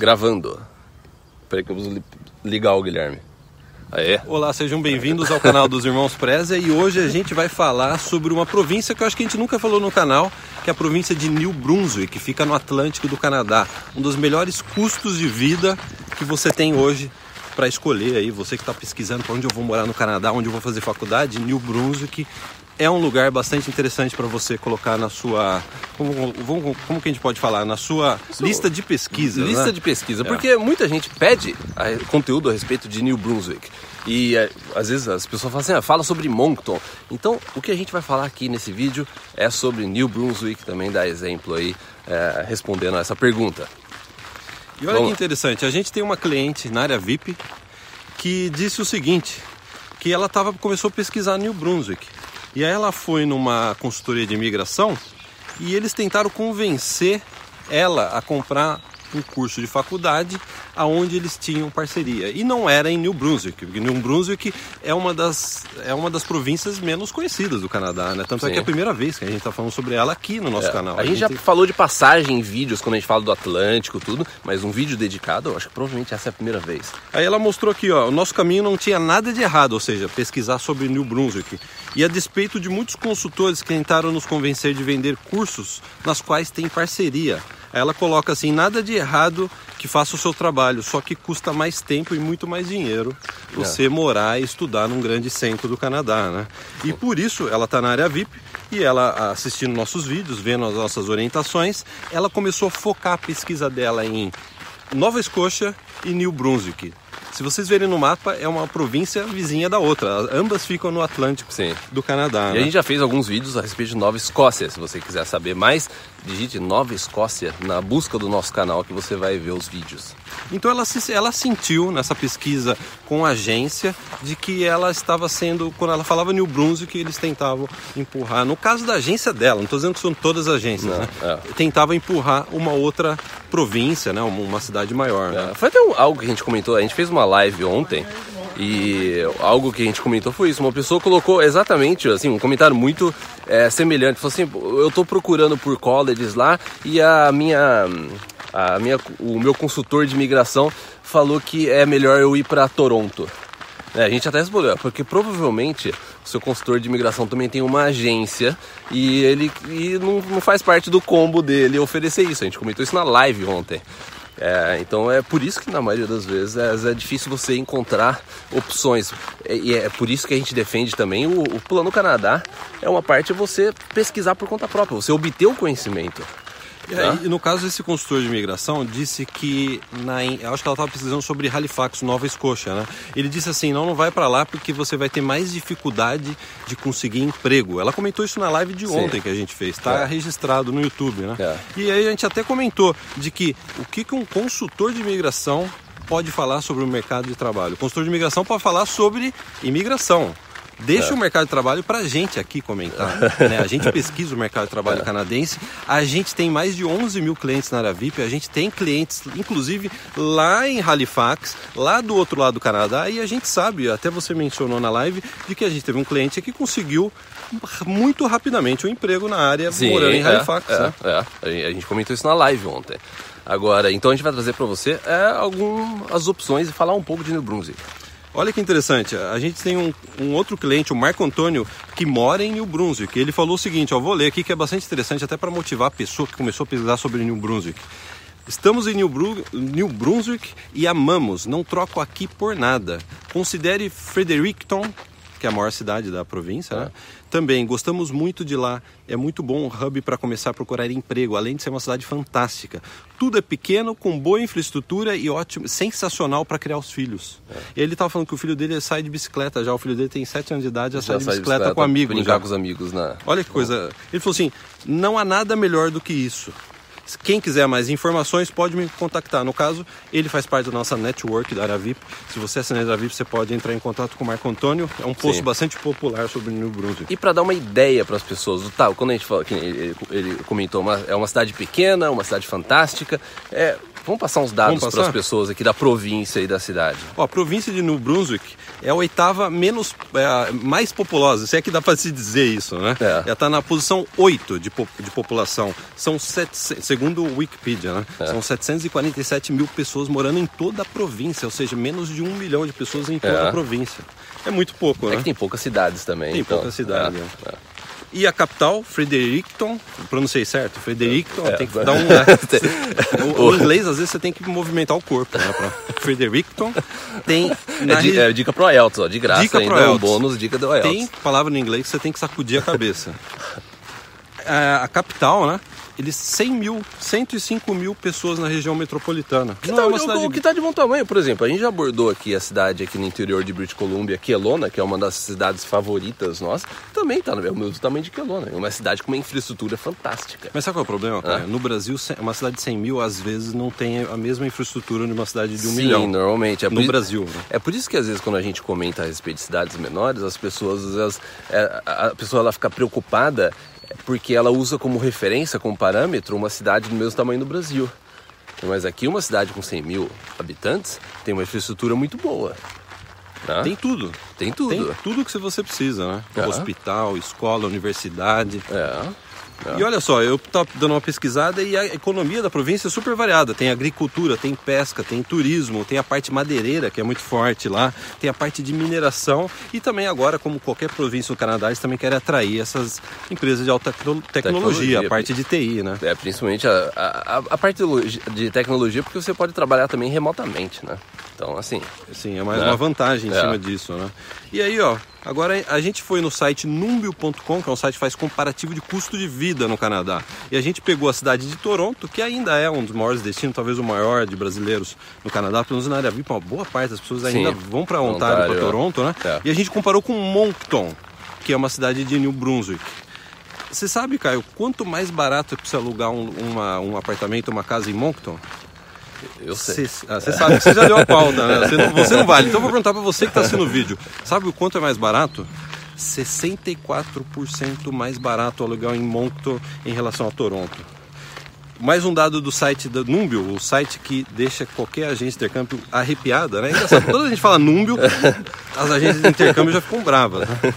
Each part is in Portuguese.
Gravando. Peraí que eu vou ligar o Guilherme. Aê. Olá, sejam bem-vindos ao canal dos Irmãos Preza. E hoje a gente vai falar sobre uma província que eu acho que a gente nunca falou no canal, que é a província de New Brunswick, que fica no Atlântico do Canadá. Um dos melhores custos de vida que você tem hoje para escolher aí. Você que está pesquisando para onde eu vou morar no Canadá, onde eu vou fazer faculdade, New Brunswick é um lugar bastante interessante para você colocar na sua... Como que a gente pode falar? Na sua lista de pesquisa. Lista de pesquisa, porque muita gente pede conteúdo a respeito de New Brunswick. E às vezes as pessoas falam assim, fala sobre Moncton. Então o que a gente vai falar aqui nesse vídeo é sobre New Brunswick, também dá exemplo aí, respondendo a essa pergunta. E olha que interessante, a gente tem uma cliente na área VIP que disse o seguinte, que ela começou a pesquisar New Brunswick. E aí ela foi numa consultoria de imigração e eles tentaram convencer ela a comprar um curso de faculdade aonde eles tinham parceria. E não era em New Brunswick, porque New Brunswick é uma das províncias menos conhecidas do Canadá, né? Tanto é que é a primeira vez que a gente está falando sobre ela aqui no nosso canal. A gente já falou de passagem em vídeos quando a gente fala do Atlântico, tudo, mas um vídeo dedicado, eu acho que provavelmente essa é a primeira vez. Aí ela mostrou aqui, ó, o nosso caminho não tinha nada de errado, ou seja, pesquisar sobre New Brunswick. E a despeito de muitos consultores que tentaram nos convencer de vender cursos nas quais tem parceria. Aí ela coloca assim, nada de errado que faça o seu trabalho, só que custa mais tempo e muito mais dinheiro você morar e estudar num grande centro do Canadá, né? E por isso ela está na área VIP e ela, assistindo nossos vídeos, vendo as nossas orientações, ela começou a focar a pesquisa dela em Nova Escócia e New Brunswick. Se vocês verem no mapa, é uma província vizinha da outra. Ambas ficam no Atlântico do Canadá. E a gente já fez alguns vídeos a respeito de Nova Escócia. Se você quiser saber mais, digite Nova Escócia na busca do nosso canal que você vai ver os vídeos. Então ela sentiu nessa pesquisa com a agência de que ela estava sendo, quando ela falava New Brunswick, eles tentavam empurrar, no caso da agência dela, não estou dizendo que são todas as agências, tentava empurrar uma outra província, né, uma cidade maior. Né? Foi até algo que a gente comentou, a gente fez uma live ontem e algo que a gente comentou foi isso, uma pessoa colocou exatamente assim, um comentário muito semelhante, falou assim, eu estou procurando por colleges lá e o meu consultor de imigração falou que é melhor eu ir para Toronto. A gente até respondeu, porque provavelmente o seu consultor de imigração também tem uma agência e ele não faz parte do combo dele oferecer isso. A gente comentou isso na live ontem. Então é por isso que na maioria das vezes é difícil você encontrar opções. E é por isso que a gente defende também o Plano Canadá. É uma parte você pesquisar por conta própria, você obter o conhecimento. E no caso desse consultor de imigração, disse que, eu acho que ela estava pesquisando sobre Halifax, Nova Escócia, né? Ele disse assim, não vai para lá porque você vai ter mais dificuldade de conseguir emprego. Ela comentou isso na live de ontem que a gente fez, está registrado no YouTube, né? E aí a gente até comentou de que o que um consultor de imigração pode falar sobre o mercado de trabalho. O consultor de imigração pode falar sobre imigração. Deixa o mercado de trabalho para a gente aqui comentar, né? A gente pesquisa o mercado de trabalho canadense, a gente tem mais de 11 mil clientes na área VIP, a gente tem clientes, inclusive, lá em Halifax, lá do outro lado do Canadá, e a gente sabe, até você mencionou na live, de que a gente teve um cliente que conseguiu muito rapidamente um emprego na área morando em Halifax. A gente comentou isso na live ontem. Agora, então a gente vai trazer para você algumas opções e falar um pouco de New Brunswick. Olha que interessante, a gente tem um outro cliente, o Marco Antônio, que mora em New Brunswick. Ele falou o seguinte, vou ler aqui que é bastante interessante até para motivar a pessoa que começou a pesquisar sobre New Brunswick. Estamos em New Brunswick e amamos, não troco aqui por nada. Considere Fredericton, que é a maior cidade da província, né? Também gostamos muito de lá, é muito bom um hub para começar a procurar emprego, além de ser uma cidade fantástica. Tudo é pequeno, com boa infraestrutura e ótimo, sensacional para criar os filhos. Ele estava falando que o filho dele sai de bicicleta já, o filho dele tem 7 anos de idade, já sai de bicicleta com amigos. Brincar com os amigos, né? Olha que coisa, ele falou assim, não há nada melhor do que isso. Quem quiser mais informações pode me contactar. No caso, ele faz parte da nossa network da área VIP. Se você é assinante da VIP, você pode entrar em contato com o Marco Antônio. É um post bastante popular sobre New Brunswick. E para dar uma ideia para as pessoas, quando a gente fala que ele comentou, é uma cidade pequena, uma cidade fantástica. Vamos passar uns dados para as pessoas aqui da província e da cidade. Ó, a província de New Brunswick é a 8ª mais populosa, se é que dá para se dizer isso, né? Ela está na posição 8 de população. São segundo o Wikipedia, né? São 747 mil pessoas morando em toda a província, ou seja, menos de 1 milhão de pessoas em toda a província. É muito pouco, né? É que tem poucas cidades também. Tem poucas cidades, E a capital, Fredericton, pronunciei certo? Fredericton, tem que dar um... O inglês, às vezes, você tem que movimentar o corpo, né? Fredericton tem... dica pro IELTS, ó, de graça. Dica ainda pro um bônus, dica do IELTS. Tem palavra no inglês que você tem que sacudir a cabeça. A capital, né? Eles 105 mil pessoas na região metropolitana. O que está de bom tamanho, por exemplo. A gente já abordou aqui a cidade aqui no interior de British Columbia, Kelowna, que é uma das cidades favoritas nossas. Também está no mesmo tamanho de Kelowna. É uma cidade com uma infraestrutura fantástica. Mas sabe qual é o problema, cara? No Brasil, uma cidade de 100 mil, às vezes, não tem a mesma infraestrutura de uma cidade de 1 milhão. Sim, normalmente. No Brasil. Né? É por isso que, às vezes, quando a gente comenta a respeito de cidades menores, as pessoas, a pessoa ela fica preocupada porque ela usa como referência, como parâmetro, uma cidade do mesmo tamanho do Brasil. Mas aqui uma cidade com 100 mil habitantes tem uma infraestrutura muito boa. Né? Tem tudo. Tem tudo que você precisa, né? Hospital, escola, universidade. É. E olha só, eu tô dando uma pesquisada e a economia da província é super variada. Tem agricultura, tem pesca, tem turismo, tem a parte madeireira, que é muito forte lá, tem a parte de mineração e também agora, como qualquer província no Canadá, eles também querem atrair essas empresas de alta tecnologia, a parte de TI, né? Principalmente a parte de tecnologia, porque você pode trabalhar também remotamente, né? Então, assim... Sim, é mais uma vantagem em cima disso, né? E aí, ó, agora a gente foi no site Numbeo.com, que é um site que faz comparativo de custo de vida no Canadá. E a gente pegou a cidade de Toronto, que ainda é um dos maiores destinos, talvez o maior de brasileiros no Canadá, pelo menos na área VIP, uma boa parte das pessoas ainda vão para Ontário, para Toronto, né? E a gente comparou com Moncton, que é uma cidade de New Brunswick. Você sabe, Caio, quanto mais barato é para você alugar um apartamento, uma casa em Moncton? Eu sei. Você sabe, você já deu a pauta, né? Você não vale. Então eu vou perguntar para você que está assistindo o vídeo. Sabe o quanto é mais barato? 64% mais barato o aluguel em Moncton em relação a Toronto. Mais um dado do site da Numbeo, o site que deixa qualquer agência de intercâmbio arrepiada, né? Engraçado, quando a gente fala Numbeo, as agências de intercâmbio já ficam bravas, né?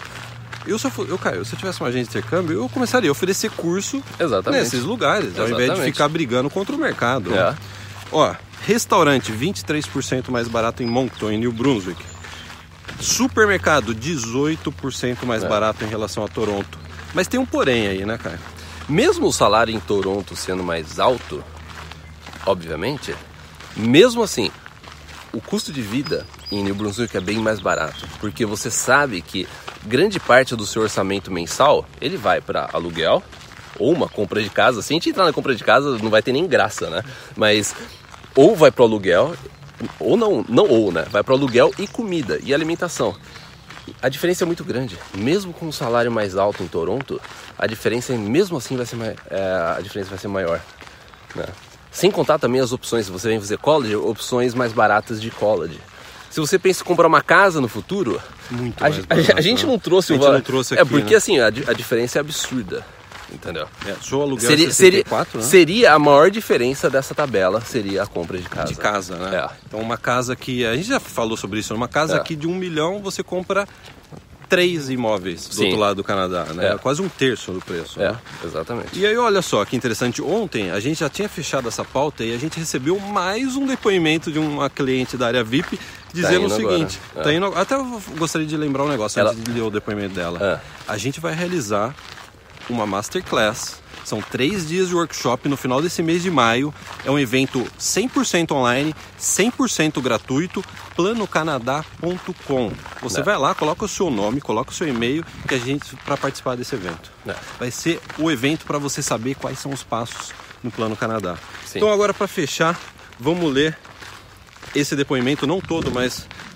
Caio, se eu tivesse uma agência de intercâmbio, eu começaria a oferecer curso nesses lugares, ao invés de ficar brigando contra o mercado. Ó, restaurante 23% mais barato em Moncton, em New Brunswick. Supermercado 18% mais barato em relação a Toronto. Mas tem um porém aí, né, Caio? Mesmo o salário em Toronto sendo mais alto, obviamente, mesmo assim, o custo de vida em New Brunswick é bem mais barato, porque você sabe que grande parte do seu orçamento mensal, ele vai para aluguel ou uma compra de casa. Se a gente entrar na compra de casa, não vai ter nem graça, né? Mas ou vai para o aluguel, ou né? Vai para o aluguel e comida e alimentação. A diferença é muito grande. Mesmo com um salário mais alto em Toronto, a diferença mesmo assim vai ser maior, né? Sem contar também as opções, se você vem fazer college, opções mais baratas de college. Se você pensa em comprar uma casa no futuro, a gente não trouxe o valor. Aqui, porque né? Assim, a diferença é absurda, entendeu? Seu aluguel é 64, né? Seria a maior diferença dessa tabela, seria a compra de casa. De casa, né? Então uma casa que, a gente já falou sobre isso, uma casa aqui de 1 milhão você compra 3 imóveis do outro lado do Canadá, né? Quase um terço do preço. Né? Exatamente. E aí, olha só que interessante. Ontem a gente já tinha fechado essa pauta e a gente recebeu mais um depoimento de uma cliente da área VIP dizendo o seguinte. Até eu gostaria de lembrar um negócio antes de ler o depoimento dela. A gente vai realizar uma masterclass. São 3 dias de workshop no final desse mês de maio. É um evento 100% online, 100% gratuito, planocanadá.com. Você vai lá, coloca o seu nome, coloca o seu e-mail para participar desse evento. Vai ser o evento para você saber quais são os passos no Plano Canadá. Sim. Então agora, para fechar, vamos ler esse depoimento, não todo, mas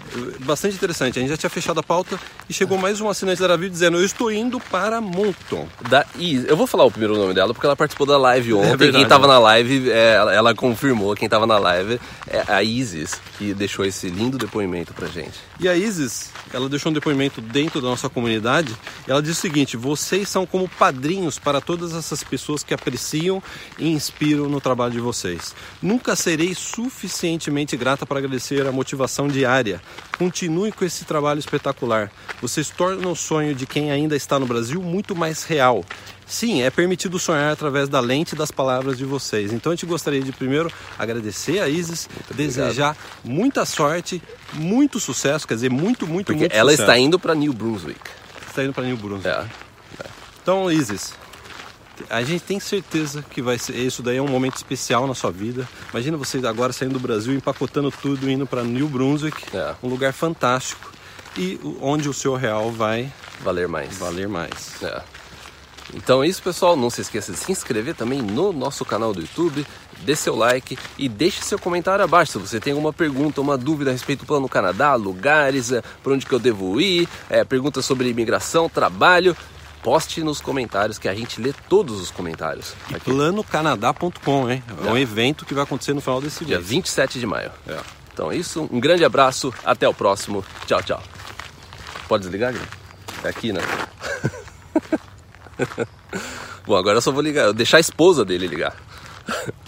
bastante interessante. A gente já tinha fechado a pauta e chegou mais um assinante da Aravil dizendo: eu estou indo para Moncton. Eu vou falar o primeiro nome dela porque ela participou da live ontem. verdade, quem estava na live, ela confirmou, quem estava na live é a Isis, que deixou esse lindo depoimento pra gente. E a Isis, ela deixou um depoimento dentro da nossa comunidade. E ela diz o seguinte: vocês são como padrinhos para todas essas pessoas que apreciam e inspiram no trabalho de vocês. Nunca serei suficientemente grata para agradecer a motivação diária. Continue com esse trabalho espetacular. Vocês tornam o sonho de quem ainda está no Brasil muito mais real. Sim, é permitido sonhar através da lente das palavras de vocês. Então a gente gostaria de primeiro agradecer a Isis, desejar muita sorte, muito sucesso, quer dizer, muito ela sucesso. está indo para New Brunswick. Está indo para New Brunswick. Então, Isis, a gente tem certeza que vai ser, isso daí é um momento especial na sua vida. Imagina você agora saindo do Brasil, empacotando tudo, indo para New Brunswick, um lugar fantástico, e onde o seu real vai valer mais. Então é isso, pessoal. Não se esqueça de se inscrever também no nosso canal do YouTube, dê seu like e deixe seu comentário abaixo. Se você tem alguma pergunta, uma dúvida a respeito do Plano Canadá, lugares, para onde que eu devo ir, perguntas sobre imigração, trabalho, poste nos comentários que a gente lê todos os comentários. Planocanadá.com, hein? É um evento que vai acontecer no final desse dia mês. 27 de maio. Então é isso, um grande abraço, até o próximo. Tchau, tchau. Pode desligar, Guilherme? É aqui, né? Bom, agora eu só vou ligar, deixar a esposa dele ligar.